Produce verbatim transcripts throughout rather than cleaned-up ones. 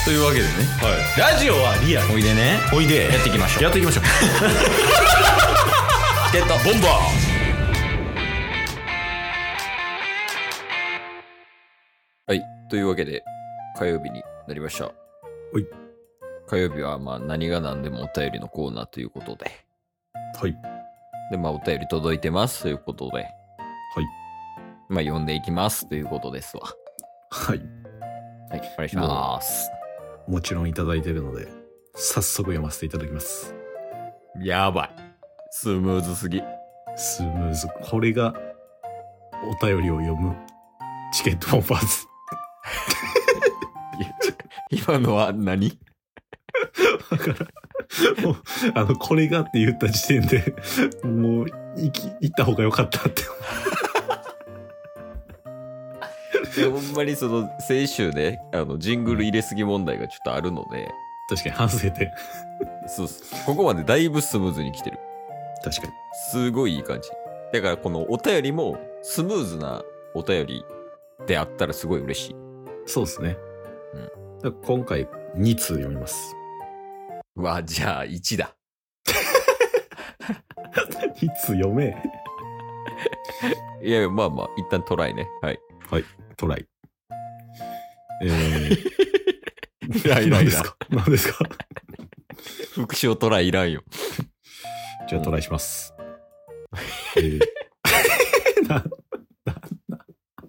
というわけでね、 はい、ラジオはリアル。 おいでね、 おいでやっていきましょう。 やっていきましょう。 チケットボンバー。はい、というわけで火曜日になりました。 はい。 火曜日はまあ何が何でもお便りのコーナーということで、 はい。 でまあお便り届いてますということで、 はい。 まあ読んでいきますということですわ。 はい。 はい、お願いします。 もちろんいただいてるので、早速読ませていただきます。 やばい。スムーズすぎ。 スムーズ。これがお便りを読むチケットボンバーズ。 今のは何？ だからもうあのこれがって言った時点でもう行き行った方が良かったって。 ほんまにその先週ね、あのジングル入れすぎ問題がちょっとあるので、 確かに反省点。 そうっす。ここまでだいぶスムーズに来てる。 確かに。 すごいいい感じ。だからこのお便りもスムーズなお便りであったらすごい嬉しい。 そうですね。 うん。 だから今回に通読みます。 うわ、じゃあいちだ。 に通読め。 いやいや、まあまあ、一旦トライね。はい。 はい、トライ。えー、 いらんいらんいらん。 何ですか何ですか。 復唱トライいらんよ。 じゃあトライします。えー、な、な、な、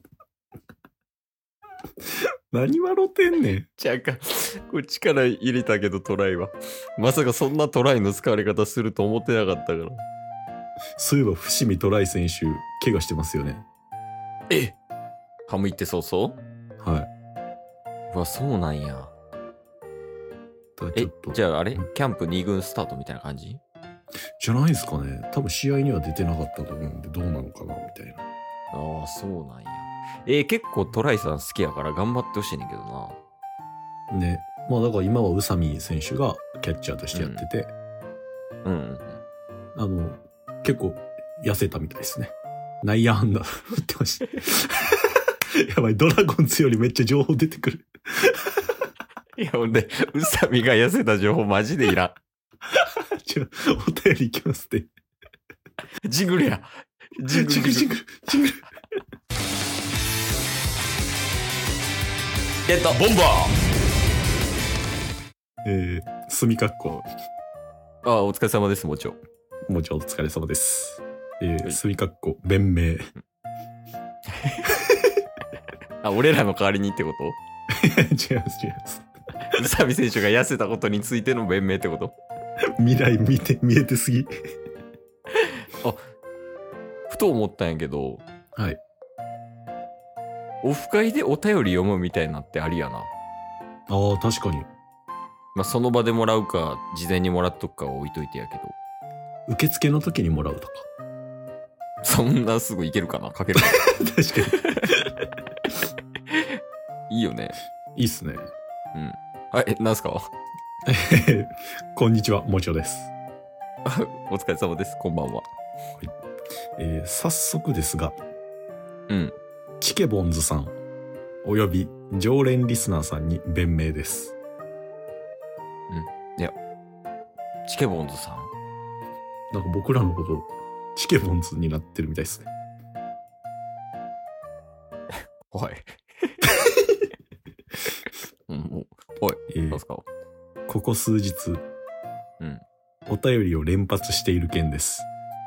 何笑ってんねん。 ちゃうか。これ力入れたけどトライは。まさかそんなトライの使われ方すると思ってなかったから。 そういえば伏見トライ選手怪我してますよね。 えハム行って早々？ はい。 うわ、そうなんや。えちょっと、 じゃああれキャンプに軍スタートみたいな感じ？ じゃないですかね。多分試合には出てなかったと思うんで、どうなのかなみたいな。 ああ、そうなんや。えー、結構トライさん好きやから頑張ってほしいねんけどな。 ね。まあだから今は宇佐美選手がキャッチャーとしてやってて、 うん、うんうんあの、結構痩せたみたいですね。内野安打打ってました。やばい、ドラゴンズよりめっちゃ情報出てくる。 いや、ほんで、宇佐美が痩せた情報マジでいらん。 ちょ、お便りいきますね。 ジングルや。ジングル、 ジングル、ジングル。 ゲット、ボンバー。 えー、すみかっこ。 ああ、お疲れ様です、もちろん。 もちろんお疲れ様です。えー、 はい、 すみかっこ、弁明。 あ、俺らの代わりにってこと違います、違います。 宇佐美選手が痩せたことについての弁明ってこと？ 未来見て、見えてすぎ。 あ、ふと思ったんやけど、 はい。 オフ会でお便り読むみたいなってありやな。 ああ、確かに。 まあ、その場でもらうか、事前にもらっとくかは置いといてやけど。 受付の時にもらうとか。 そんなすぐいけるかな？書けるかな？ 確かに。いいよね。 いいっすね。 うん。はい、なんすか？ こんにちは、もちろです。 お疲れ様です。こんばんは。はい、 えー、早速ですが、 うん。 チケボンズさん、および常連リスナーさんに弁明です。 うん。いや、チケボンズさん？ なんか僕らのこと、チケボンズになってるみたいですね。 おい。うん、もう、おい、 えー、 どうすか？ ここ数日、 うん。 お便りを連発している件です。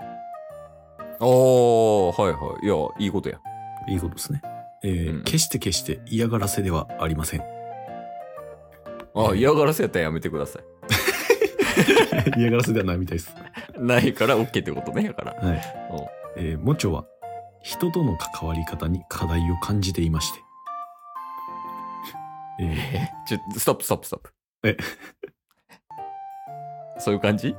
おー、はいはい。いや、いいことや。 いいことですね。えーうん、 決して決して嫌がらせではありません。 あ、 えー、 嫌がらせやったらやめてください。 嫌がらせではないみたいです。 ないから OK ってことね、やから。 はい。えー、もちょは人との関わり方に課題を感じていまして。 えー、えちょ、ストップストップストップ。 えそういう感じ？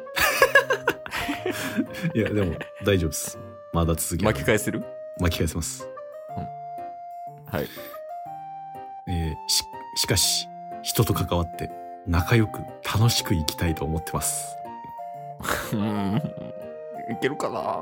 いや、でも大丈夫です。まだ続き巻き返せる？ 巻き返せます。 うん。はい。 えー、し、しかし、人と関わって仲良く楽しく生きたいと思ってます。 うん。いけるかな？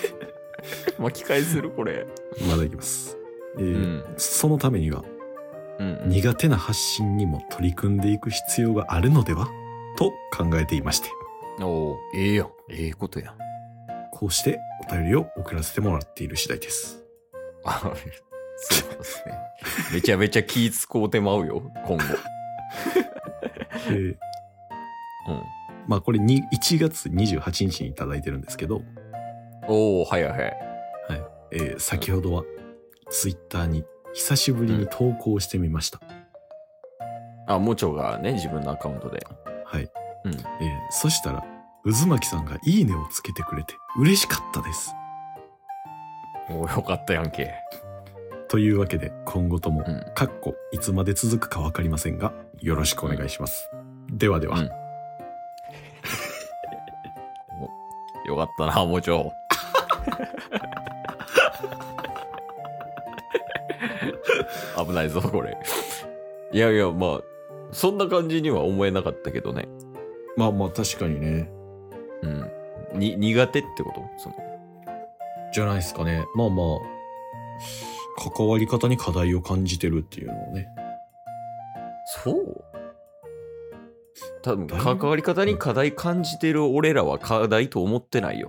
巻き返せるこれ。 まだいきます。えーうん、 そのためには、 うんうん、 苦手な発信にも取り組んでいく必要があるのではと考えていまして。 おお、ええやん。ええことやん。 こうしてお便りを送らせてもらっている次第です。 あ、そうですね。めちゃめちゃ気使うてまうよ、今後。 で、 うん。 まあこれにいちがつにじゅうはちにちにいただいてるんですけど、 おお、早い早い。 はい。えー先ほどはツイッターに久しぶりに投稿してみました。 あ、もちょがね、自分のアカウントで。 はい。 うん。 えーそしたら、渦巻さんがいいねをつけてくれて嬉しかったです。 おーよかったやんけ。 というわけで、今後とも、 うん。 かっこいつまで続くかわかりませんが、よろしくお願いします。ではでは。 うんおよかったな、もちょ。危ないぞ、これ。いやいや、まあ、そんな感じには思えなかったけどね。 まあまあ確かにね。 うん。に、苦手ってことその。 じゃないですかね。まあまあ、関わり方に課題を感じてるっていうのをね。 そう多分、 だいぶ関わり方に課題感じてる俺らは課題と思ってないよ。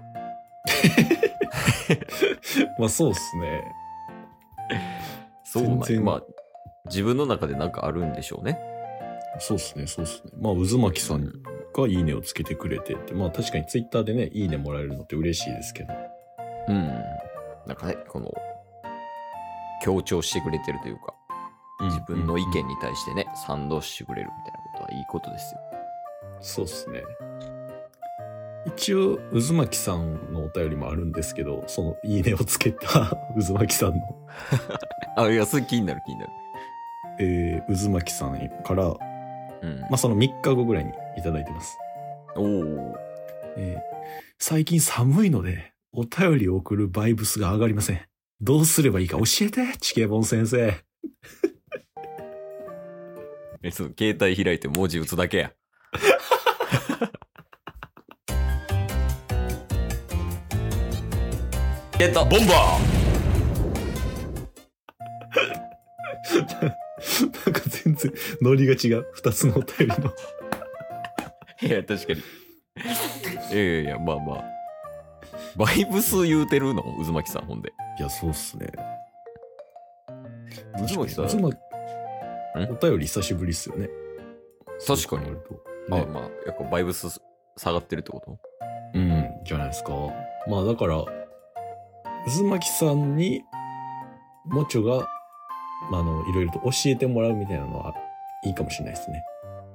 まあそうっすね。 そうなん全然やまあ、自分の中でなんかあるんでしょうね。 そうっすね、そうっすね。まあ渦巻さんがいいねをつけてくれてって、まあ確かにツイッターでね、いいねもらえるのって嬉しいですけど。 うん。なんかね、この、強調してくれてるというか、自分の意見に対してね、賛同してくれるみたいなことはいいことですよ。 そうっすね。一応、渦巻さんのお便りもあるんですけど、そのいいねをつけた渦巻さんの、 あ、いや、それ気になる気になる。 えー、渦巻さんから、 うん。 まあそのみっかごぐらいにいただいてます。 おお。 えー最近寒いので、お便りを送るバイブスが上がりません。どうすればいいか教えて、チケボン先生。 え、その携帯開いて文字打つだけや。ゲットボンバなんか全然ノリが違う。二つのお便りの。 ーいや、確かに。いやいやいや、まあまあ。バイブス言うてるの渦巻さん、ほんで。 いや、そうっすね。 渦巻さん。 渦巻んお便り久しぶりっすよね。 確かに。 ね、 あ、まあ、やっぱバイブス下がってるってことうん、じゃないですか。まあだから、渦巻さんに、もちょが、まあ、あの、いろいろと教えてもらうみたいなのはいいかもしれないですね。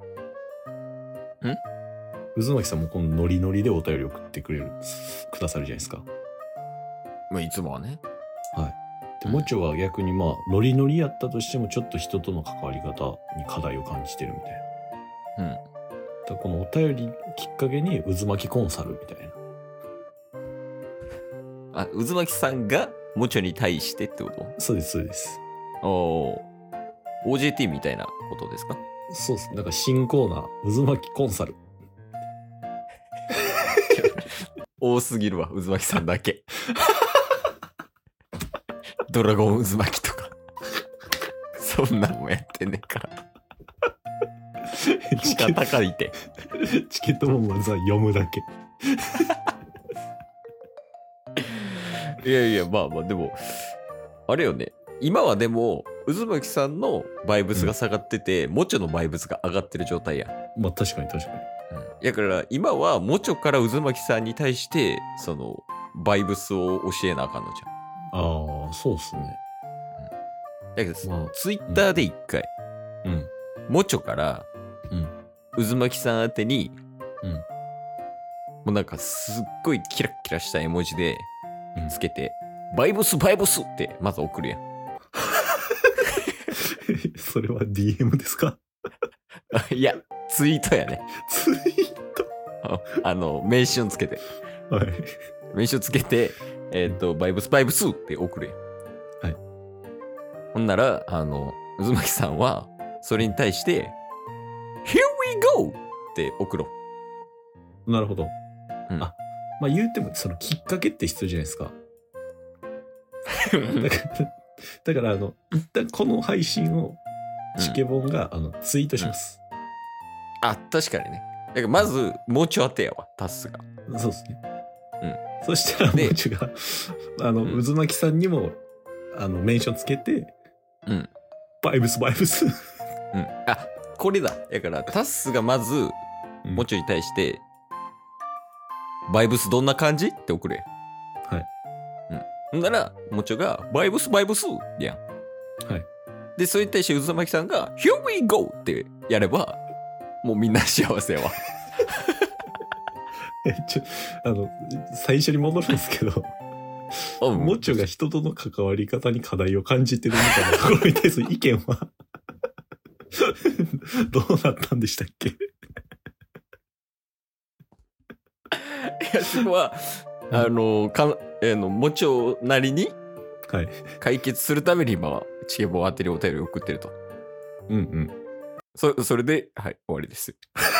ん渦巻さんもこのノリノリでお便り送ってくれる、くださるじゃないですか。 まあ、いつもはね。 で、もちょは逆にまあ、ノリノリやったとしても、ちょっと人との関わり方に課題を感じてるみたいな。 うん。 だからこのお便りきっかけに渦巻きコンサルみたいな。 あ、渦巻さんがもちょに対してってことそうです、そうです。 おー オージェーティー みたいなことですかそうです。だから新コーナー、渦巻きコンサル。 多すぎるわ、渦巻さんだけ。ドラゴン渦巻きとか。そんなんもやってんねんから。 チケが高いて。 チケットもまずは読むだけ。 いやいや、まあまあ、でも、あれよね。今はでも、渦巻さんのバイブスが下がってて、もちょのバイブスが上がってる状態や。 まあ確かに確かに。 うん。だから、今はもちょから渦巻さんに対して、その、バイブスを教えなあかんのじゃん。 ああ、そうっすね。 だけど、 まあ、 ツイッターで一回、 うん。 もちょから、 うん。 渦巻さん宛てに、 うん。 もうなんかすっごいキラッキラした絵文字でうんつけて、バイブスバイブスってまず送るやん。 それは ディーエム ですか？ いや、ツイートやね。 ツイーああの、名称つけて。 ト。はい。 名称つけて、えっ、と、バイブスバイブスって送るやん。 はい。 ほんなら、あの、渦巻さんは、それに対して、Here we go! って送ろう。 なるほど。 うんあ、まあ言うても、そのきっかけって必要じゃないですか。だから、だからあの、一旦この配信をチケボンが、あのツイートします、 あ、確かにね。だからまずもうちょ当てやわ、タッスが。 そうですね。 うん。 そしたらもうちがあの、うん、渦巻さんにもあのメンションつけて、 うん。 バイブスバイブス。うん。 あ、これだ。だからタッスがまずもちょに対して、うん、バイブスどんな感じって送れ。 はい。 うん。ならもちょがバイブスバイブスやん。 はい。 でそれに対して渦巻さんが Here we go ってやればもうみんな幸せやわ。 ちょあの最初に戻るんですけど、うん、もちょが人との関わり方に課題を感じてるみたいなところに対する意見はどうなったんでしたっけ？いやそこはあのかあのもちょなりに解決するために今はチケボン当てるお便りを送ってると。 うんうん。 そそれではい終わりです。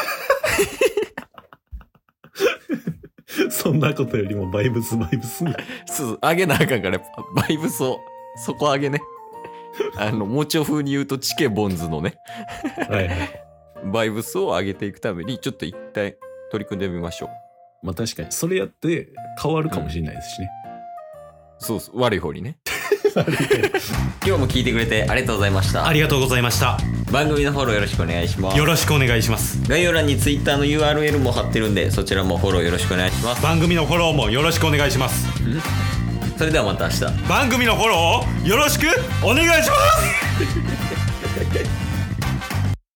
そんなことよりもバイブスバイブスそう上げなあかんからバイブスをそこ上げね。あのもちょ風に言うとチケボンズのねはいはいバイブスを上げていくためにちょっと一回取り組んでみましょう。 まあ確かにそれやって変わるかもしれないですしね、 うん、そうそう悪い方にね。今日も聞いてくれてありがとうございました。 ありがとうございました。 番組のフォローよろしくお願いします。 よろしくお願いします。 概要欄に Twitter の ユーアールエル も貼ってるんでそちらもフォローよろしくお願いします。 番組のフォローもよろしくお願いします。 それではまた明日番組のフォローをよろしくお願いします。